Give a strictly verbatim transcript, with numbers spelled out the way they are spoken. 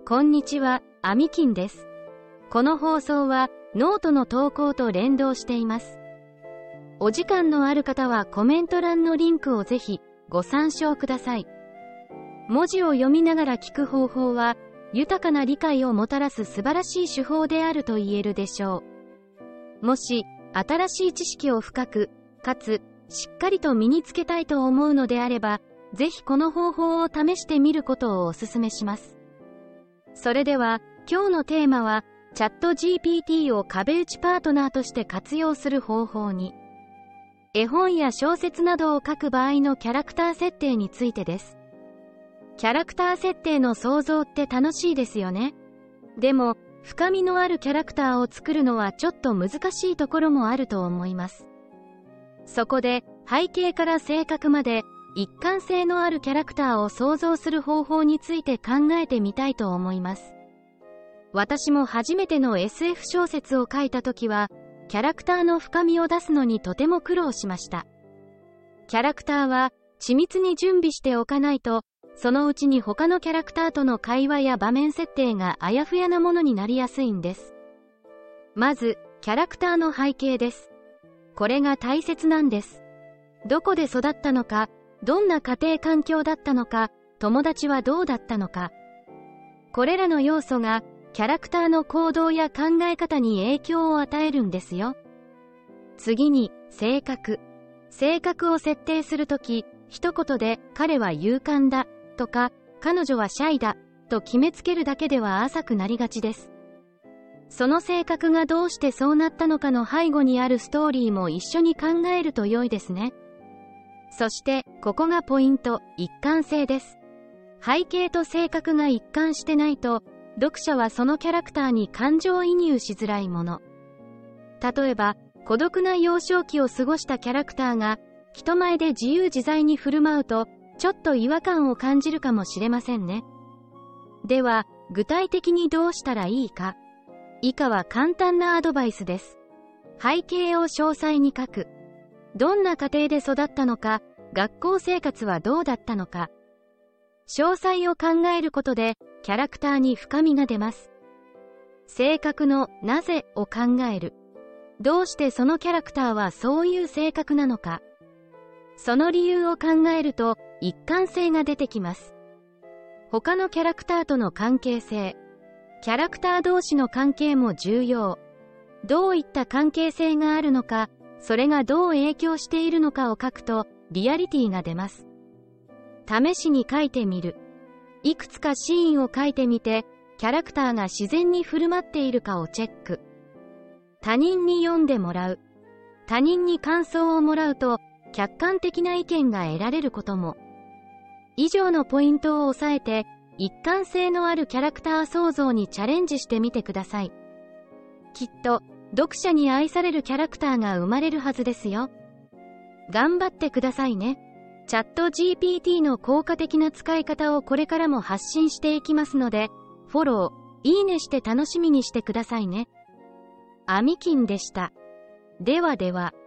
こんにちは、アミキンです。この放送はノートの投稿と連動しています。お時間のある方はコメント欄のリンクをぜひご参照ください。文字を読みながら聞く方法は豊かな理解をもたらす素晴らしい手法であると言えるでしょう。もし新しい知識を深くかつしっかりと身につけたいと思うのであれば、ぜひこの方法を試してみることをお勧めします。それでは今日のテーマはチャット ジーピーティー を壁打ちパートナーとして活用する方法に、絵本や小説などを書く場合のキャラクター設定についてです。キャラクター設定の想像って楽しいですよね。でも深みのあるキャラクターを作るのはちょっと難しいところもあると思います。そこで背景から性格まで一貫性のあるキャラクターを想像する方法について考えてみたいと思います。私も初めての エスエフ 小説を書いたときは、キャラクターの深みを出すのにとても苦労しました。キャラクターは緻密に準備しておかないと、そのうちに他のキャラクターとの会話や場面設定があやふやなものになりやすいんです。まず、キャラクターの背景です。これが大切なんです。どこで育ったのか、どんな家庭環境だったのか、友達はどうだったのか。これらの要素がキャラクターの行動や考え方に影響を与えるんですよ。次に、性格。性格を設定するとき、一言で彼は勇敢だとか、彼女はシャイだと決めつけるだけでは浅くなりがちです。その性格がどうしてそうなったのかの背後にあるストーリーも一緒に考えると良いですね。そして、ここがポイント、一貫性です。背景と性格が一貫してないと、読者はそのキャラクターに感情移入しづらいもの。例えば、孤独な幼少期を過ごしたキャラクターが、人前で自由自在に振る舞うと、ちょっと違和感を感じるかもしれませんね。では、具体的にどうしたらいいか。以下は簡単なアドバイスです。背景を詳細に書く。どんな家庭で育ったのか、学校生活はどうだったのか。詳細を考えることで、キャラクターに深みが出ます。性格のなぜを考える。どうしてそのキャラクターはそういう性格なのか。その理由を考えると、一貫性が出てきます。他のキャラクターとの関係性。キャラクター同士の関係も重要。どういった関係性があるのか、それがどう影響しているのかを書くと、リアリティが出ます。試しに書いてみる。いくつかシーンを書いてみて、キャラクターが自然に振る舞っているかをチェック。他人に読んでもらう。他人に感想をもらうと、客観的な意見が得られることも。以上のポイントを押さえて、一貫性のあるキャラクター創造にチャレンジしてみてください。きっと、読者に愛されるキャラクターが生まれるはずですよ。頑張ってくださいね。チャット ジーピーティー の効果的な使い方をこれからも発信していきますので、フォロー、いいねして楽しみにしてくださいね。アミキンでした。ではでは。